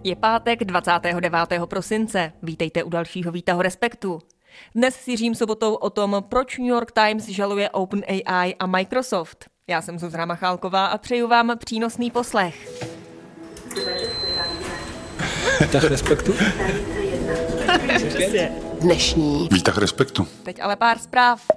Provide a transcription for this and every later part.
Je pátek 29. prosince. Vítejte u dalšího výtahu Respektu. Dnes si řím sobotou o tom, proč New York Times žaluje OpenAI a Microsoft. Já jsem Zuzana Machálková a přeju vám přínosný poslech. Výtah Respektu. Dnešní Výtah Respektu. Teď ale pár zpráv.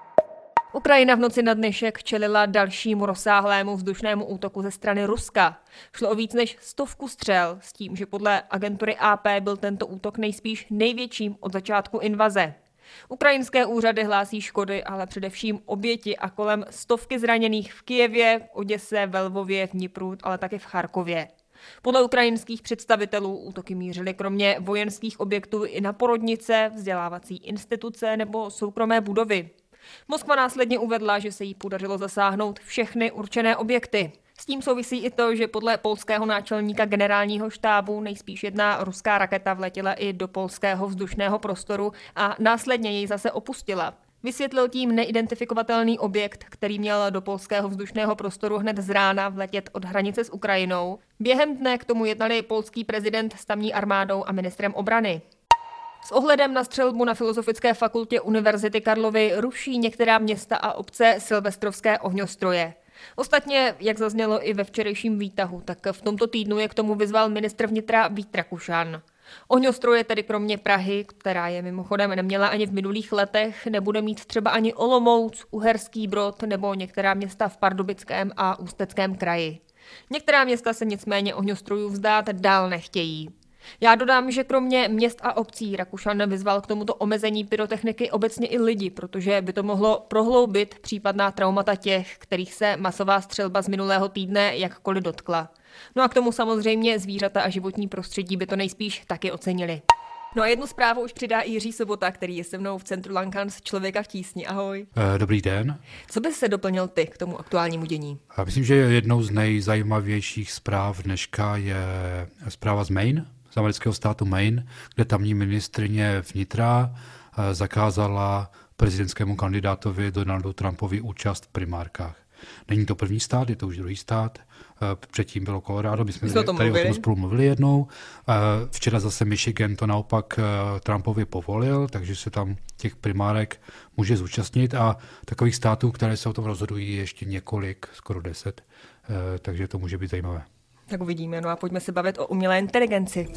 Ukrajina v noci na dnešek čelila dalšímu rozsáhlému vzdušnému útoku ze strany Ruska. Šlo o víc než 100 střel, s tím, že podle agentury AP byl tento útok nejspíš největším od začátku invaze. Ukrajinské úřady hlásí škody, ale především oběti a kolem 100 zraněných v Kyjevě, Oděse, ve Lvově, v Dnipru, ale také v Charkově. Podle ukrajinských představitelů útoky mířily kromě vojenských objektů i na porodnice, vzdělávací instituce nebo soukromé budovy. Moskva následně uvedla, že se jí podařilo zasáhnout všechny určené objekty. S tím souvisí i to, že podle polského náčelníka generálního štábu nejspíš jedna ruská raketa vletěla i do polského vzdušného prostoru a následně jej zase opustila. Vysvětlil tím neidentifikovatelný objekt, který měl do polského vzdušného prostoru hned z rána vletět od hranice s Ukrajinou. Během dne k tomu jednali polský prezident s tamní armádou a ministrem obrany. S ohledem na střelbu na Filozofické fakultě Univerzity Karlovy ruší některá města a obce silvestrovské ohňostroje. Ostatně, jak zaznělo i ve včerejším výtahu, tak v tomto týdnu je k tomu vyzval ministr vnitra Vít Rakušan. Ohňostroje tedy kromě Prahy, která je mimochodem neměla ani v minulých letech, nebude mít třeba ani Olomouc, Uherský Brod nebo některá města v Pardubickém a Ústeckém kraji. Některá města se nicméně ohňostrojů vzdát dál nechtějí. Já dodám, že kromě měst a obcí Rakušan vyzval k tomuto omezení pyrotechniky obecně i lidi, protože by to mohlo prohloubit případná traumata těch, kterých se masová střelba z minulého týdne jakkoliv dotkla. No a k tomu samozřejmě zvířata a životní prostředí by to nejspíš taky ocenili. No a jednu zprávu už přidá i Jiří Sobota, který je se mnou v centru Lankans Člověka v tísni. Ahoj. Dobrý den. Co bys se doplnil ty k tomu aktuálnímu dění? Já myslím, že jednou z nejzajímavějších zpráv dneška je zpráva z Maine, z amerického státu Maine, kde tamní ministryně vnitra zakázala prezidentskému kandidátovi Donaldu Trumpovi účast v primárkách. Není to první stát, je to už druhý stát. Předtím bylo Colorado, my jsme tady o tom spolu mluvili jednou. Včera zase Michigan to naopak Trumpovi povolil, takže se tam těch primárek může zúčastnit a takových států, které se o tom rozhodují, je ještě několik, skoro 10, takže to může být zajímavé. Tak uvidíme, no a pojďme se bavit o umělé inteligenci.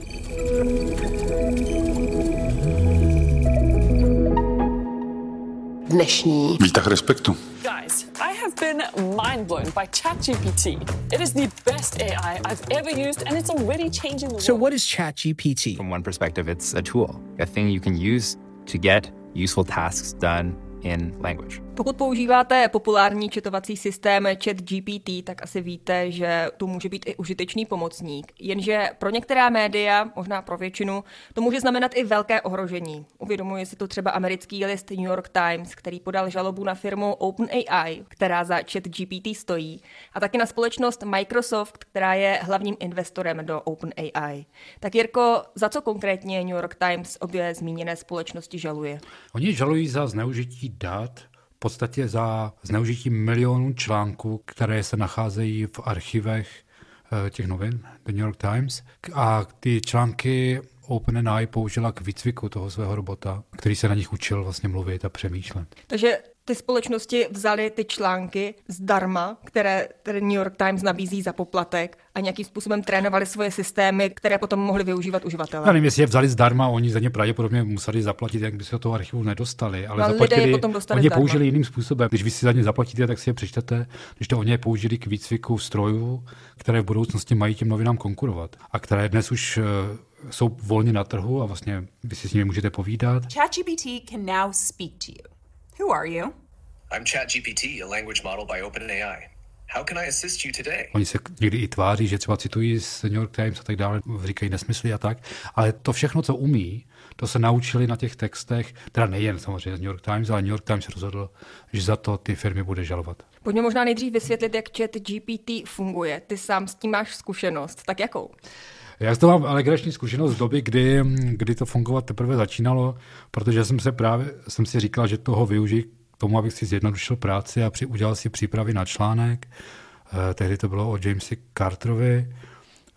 dnešní Výtah Respektu. Guys, I have been mind blown by ChatGPT. It is the best AI I've ever used and it's already changing the world. So what is ChatGPT? From one perspective, it's a tool, a thing you can use to get useful tasks done in language. Pokud používáte populární četovací systém ChatGPT, tak asi víte, že tu může být i užitečný pomocník. Jenže pro některá média, možná pro většinu, to může znamenat i velké ohrožení. Uvědomuje si to třeba americký list New York Times, který podal žalobu na firmu OpenAI, která za ChatGPT stojí, a taky na společnost Microsoft, která je hlavním investorem do OpenAI. Tak Jirko, za co konkrétně New York Times obě zmíněné společnosti žaluje? Oni žalují za zneužití dat, v podstatě za zneužití milionů článků, které se nacházejí v archivech těch novin, The New York Times. A ty články OpenAI použila k výcviku toho svého robota, který se na nich učil vlastně mluvit a přemýšlet. Takže ty společnosti vzaly ty články zdarma, které tedy New York Times nabízí za poplatek a nějakým způsobem trénovali svoje systémy, které potom mohli využívat uživatelé. Já nevím, jestli je vzali zdarma, oni za ně pravděpodobně museli zaplatit, jak by se do toho archivu nedostali, ale zaplatili, oni je použili jiným způsobem. Když vy si za ně zaplatíte, tak si je přečtete, když to oni je použili k výcviku strojů, které v budoucnosti mají těm novinám konkurovat a které dnes už jsou volně na trhu a vlastně vy si s nimi můžete povídat. ChatGPT can now speak to you. Who are you? I'm ChatGPT, a language model by OpenAI. How can I assist you today? Oni se někdy i tváří, že třeba citují z New York Times a tak dále, říkají nesmysly a tak, ale to všechno, co umí, to se naučili na těch textech, teda nejen samozřejmě z New York Times, ale New York Times rozhodl, že za to ty firmy bude žalovat. Pojďme možná nejdřív vysvětlit, jak ChatGPT funguje. Ty sám s tím máš zkušenost, tak jakou? Já to mám alegrační zkušenost z doby, kdy to fungovat teprve začínalo, protože jsem si říkal, že toho využiji k tomu, abych si zjednodušil práci a udělal si přípravy na článek. Tehdy to bylo o Jamesi Carterovi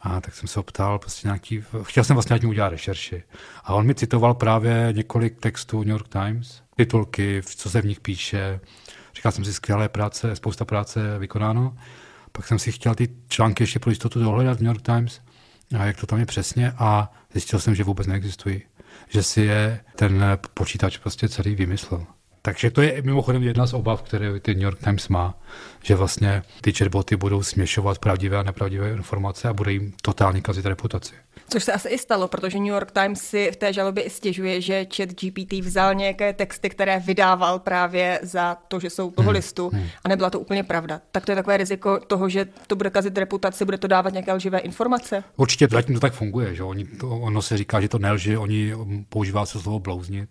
A tak jsem se optal, prostě chtěl jsem vlastně udělat rešerši. A on mi citoval právě několik textů New York Times, titulky, co se v nich píše. Říkal jsem si, skvělé práce, spousta práce vykonáno. Pak jsem si chtěl ty články ještě pro jistotu dohledat v New York Times, a jak to tam je přesně, a zjistil jsem, že vůbec neexistují. Že si je ten počítač prostě celý vymyslel. Takže to je mimochodem jedna z obav, které ty New York Times má, že vlastně ty chatboty budou směšovat pravdivé a nepravdivé informace a bude jim totálně kazit reputaci. Což se asi i stalo, protože New York Times si v té žalobě i stěžuje, že ChatGPT vzal nějaké texty, které vydával právě za to, že jsou toho listu a nebyla to úplně pravda. Tak to je takové riziko toho, že to bude kazit reputaci, bude to dávat nějaké lživé informace? Určitě zatím to tak funguje, že ono se říká, že to nelže, oni používá se slovo blouznit.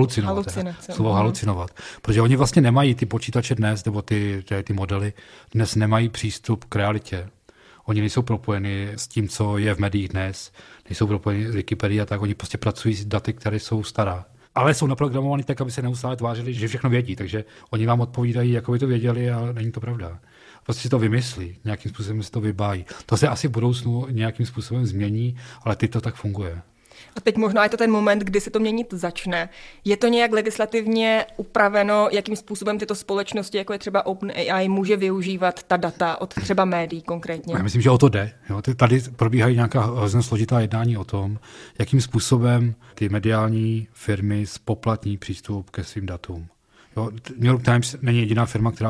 Halucinovat. Protože oni vlastně nemají ty počítače dnes, nebo ty modely dnes nemají přístup k realitě. Oni nejsou propojeni s tím, co je v médiích dnes, nejsou propojeni s Wikipedií a tak, oni prostě pracují s daty, které jsou stará. Ale jsou naprogramovaní tak, aby se neustále tvářili, že všechno vědí, takže oni vám odpovídají, jako by to věděli, ale není to pravda. Prostě si to vymyslí, nějakým způsobem si to vybájí. To se asi v budoucnu nějakým způsobem změní, ale teď to tak funguje. A teď možná je to ten moment, kdy se to měnit začne. Je to nějak legislativně upraveno, jakým způsobem tyto společnosti, jako je třeba OpenAI, může využívat ta data od třeba médií konkrétně? Já myslím, že o to jde. Jo. Tady probíhají nějaká hrozně složitá jednání o tom, jakým způsobem ty mediální firmy spoplatní přístup ke svým datům. Jo. New York Times není jediná firma, která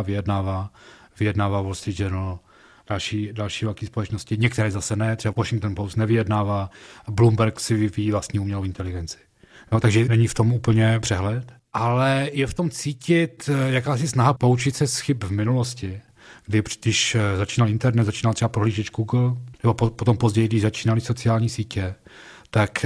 vyjednává Wall Street Journal, další velké společnosti, některé zase ne, třeba Washington Post nevyjednává, Bloomberg si vyvíjí vlastní umělou inteligenci. No, takže není v tom úplně přehled, ale je v tom cítit jakási snaha poučit se z chyb v minulosti, když začínal internet, začínal třeba prohlížeč Google, nebo potom později, když začínaly sociální sítě, tak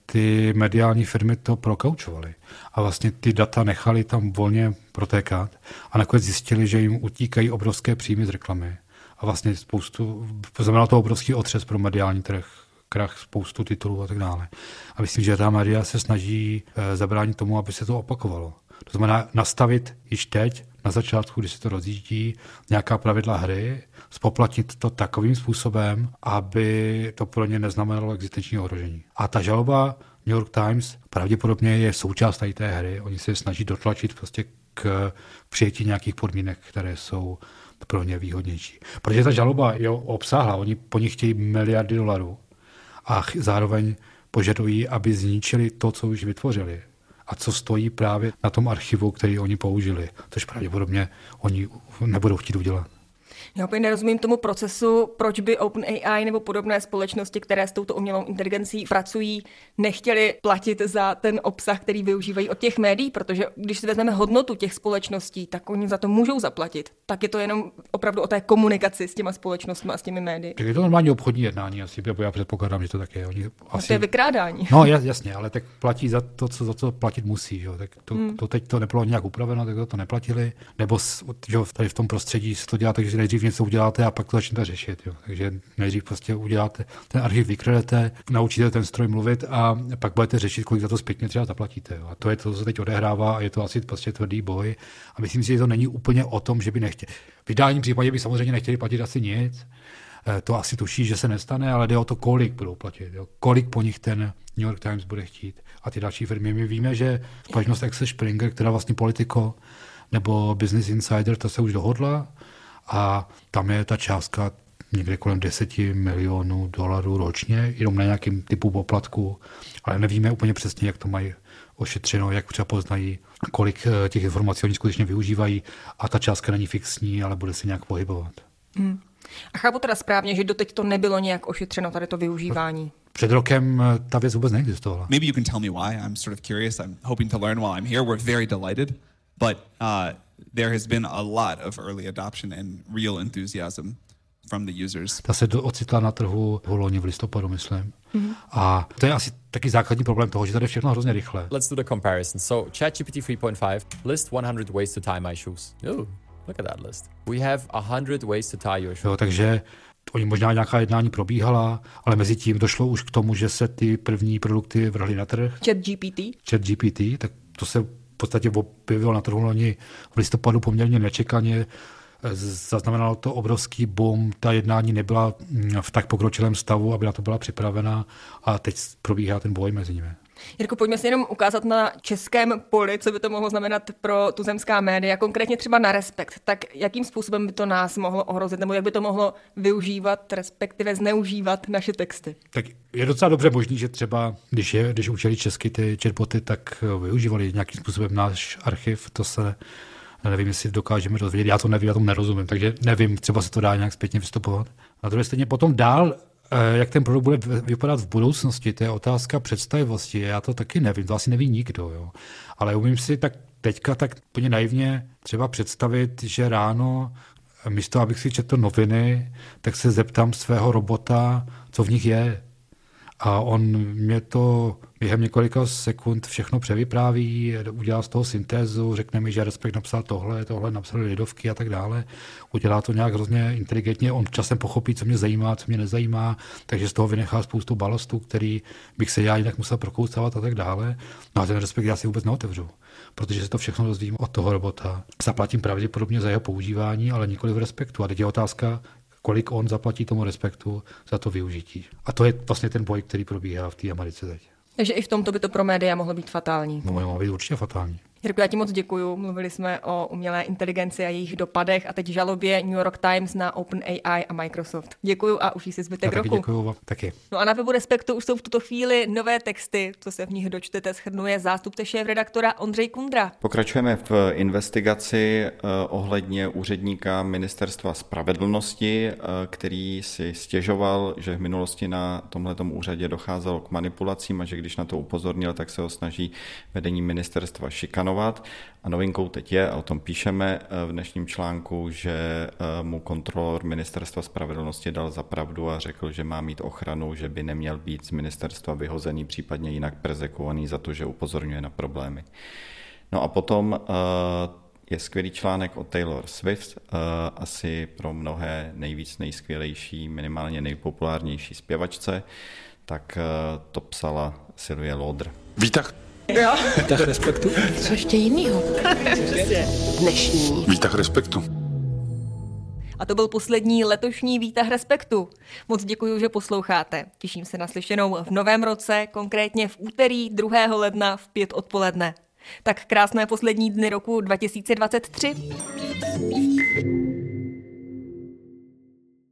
ty mediální firmy to prokaučovaly a vlastně ty data nechali tam volně protékat a nakonec zjistili, že jim utíkají obrovské příjmy z reklamy. A vlastně znamenalo to obrovský otřes pro mediální trh, krach spoustu titulů a tak dále. A myslím, že ta média se snaží zabránit tomu, aby se to opakovalo. To znamená nastavit již teď, na začátku, když se to rozjíždí, nějaká pravidla hry, spoplatnit to takovým způsobem, aby to pro ně neznamenalo existenční ohrožení. A ta žaloba New York Times pravděpodobně je součást té hry. Oni se snaží dotlačit prostě k přijetí nějakých podmínek, které jsou pro ně výhodnější. Protože ta žaloba je obsáhla, oni po nich chtějí miliardy dolarů a zároveň požadují, aby zničili to, co už vytvořili a co stojí právě na tom archivu, který oni použili, což pravděpodobně oni nebudou chtít udělat. Já úplně nerozumím tomu procesu, proč by OpenAI nebo podobné společnosti, které s touto umělou inteligencí pracují, nechtěli platit za ten obsah, který využívají od těch médií, protože když si vezmeme hodnotu těch společností, tak oni za to můžou zaplatit. Tak je to jenom opravdu o té komunikaci s těma společnostmi a s těmi médii. Tak je to normální obchodní jednání asi, nebo já předpokládám, že to tak je. Oni asi... To je vykrádání. No jasně, ale tak platí za to, co platit musí. Jo. Tak to teď to nebylo nějak upraveno, tak to neplatili. Nebo tady v tom prostředí se to dělá, takže nejdřív něco uděláte a pak to začnete řešit. Jo. Takže nejdřív prostě uděláte, ten archiv vykradete, naučíte ten stroj mluvit a pak budete řešit, kolik za to zpětně třeba zaplatíte. Jo. A to je to, co se teď odehrává a je to asi prostě tvrdý boj. A myslím si, že to není úplně o tom, že by nechtěli. V ideálním případě by samozřejmě nechtěli platit asi nic. To asi tuší, že se nestane, ale jde o to, kolik budou platit. Jo. Kolik po nich ten New York Times bude chtít. A ty další firmy. My víme, že společnost Axel Springer, která vlastně Politico nebo Business Insider, to se už dohodla a tam je ta částka někde kolem $10 milionů ročně, jenom na nějakým typu poplatku, ale nevíme úplně přesně, jak to mají ošetřeno, jak třeba poznají, kolik těch informací oni skutečně využívají a ta částka není fixní, ale bude se nějak pohybovat. A chápu teda správně, že doteď to nebylo nějak ošetřeno, tady to využívání. Před rokem ta věc vůbec neexistovala. Maybe you can tell me why. I'm sort of curious. I'm hoping to learn while I'm here. We're very delighted, but there has been a lot of early adoption and real enthusiasm from the users. Ta se ocitla na trhu loni v listopadu, myslím. A to je asi taky základní problém toho, že tady je všechno hrozně rychle. Let's do the comparison. So ChatGPT 3.5, list 100 ways to tie my shoes. Ooh, look at that list. We have 100 ways to tie your shoes. Jo, takže oni možná nějaká jednání probíhala, ale mezi tím došlo už k tomu, že se ty první produkty vrhly na trh. ChatGPT, tak to se v podstatě objevilo na trhu loni v listopadu poměrně nečekaně. Zaznamenalo to obrovský boom, ta jednání nebyla v tak pokročilém stavu, aby na to byla připravena a teď probíhá ten boj mezi nimi. Jirko, pojďme si jenom ukázat na českém poli, co by to mohlo znamenat pro tuzemská média, konkrétně třeba na Respekt. Tak jakým způsobem by to nás mohlo ohrozit, nebo jak by to mohlo využívat, respektive zneužívat naše texty? Tak je docela dobře možný, že třeba, když učili česky ty chatboty, tak využívali nějakým způsobem náš archiv, to se nevím, jestli dokážeme dozvědět, já to nevím, já tomu nerozumím, takže nevím, třeba se to dá nějak zpětně vystupovat. Na druhé straně potom dál, jak ten produkt bude vypadat v budoucnosti, to je otázka představivosti, já to taky nevím, to asi neví nikdo, jo. Ale umím si tak teďka tak úplně naivně třeba představit, že ráno, místo abych si četl noviny, tak se zeptám svého robota, co v nich je. A on mě to během několika sekund všechno převypráví, udělá z toho syntézu, řekne mi, že Respekt napsal tohle napsal Lidovky a tak dále. Udělá to nějak hrozně inteligentně, on časem pochopí, co mě zajímá, co mě nezajímá, takže z toho vynechá spoustu balastů, který bych se já jinak musel prokousávat a tak dále. No a ten Respekt já si vůbec neotevřu, protože se to všechno dozvím od toho robota. Zaplatím pravděpodobně za jeho používání, ale nikoli v Respektu. A teď je otázka, kolik on zaplatí tomu Respektu za to využití. A to je vlastně ten boj, který probíhá v té Americe teď. Takže i v tomto by to pro média mohlo být fatální. No, mohlo být určitě fatální. Jirko, já ti moc děkuju. Mluvili jsme o umělé inteligenci a jejich dopadech a teď žalobě New York Times na OpenAI a Microsoft. Děkuju a užij si zbytek roku. Děkuju vám taky. No a na webu Respektu už jsou v tuto chvíli nové texty, co se v nich dočtete, shrnuje zástupce šéfredaktora Ondřej Kundra. Pokračujeme v investigaci ohledně úředníka Ministerstva spravedlnosti, který si stěžoval, že v minulosti na tomhletom úřadě docházelo k manipulacím a že když na to upozornil, tak se ho snaží vedení ministerstva šikanovat. A novinkou teď je, a o tom píšeme v dnešním článku, že mu kontrolor Ministerstva spravedlnosti dal za pravdu a řekl, že má mít ochranu, že by neměl být z ministerstva vyhozený, případně jinak perzekvovaný za to, že upozorňuje na problémy. No a potom je skvělý článek o Taylor Swift, asi pro mnohé nejvíc nejskvělejší, minimálně nejpopulárnější zpěvačce, tak to psala Sylvie Lauder. Výtah. Jo. Výtah Respektu. Co ještě jinýho? Dnešní. Výtah Respektu. A to byl poslední letošní výtah Respektu. Moc děkuji, že posloucháte. Těším se na slyšenou v novém roce, konkrétně v úterý 2. ledna v 5 odpoledne. Tak krásné poslední dny roku 2023.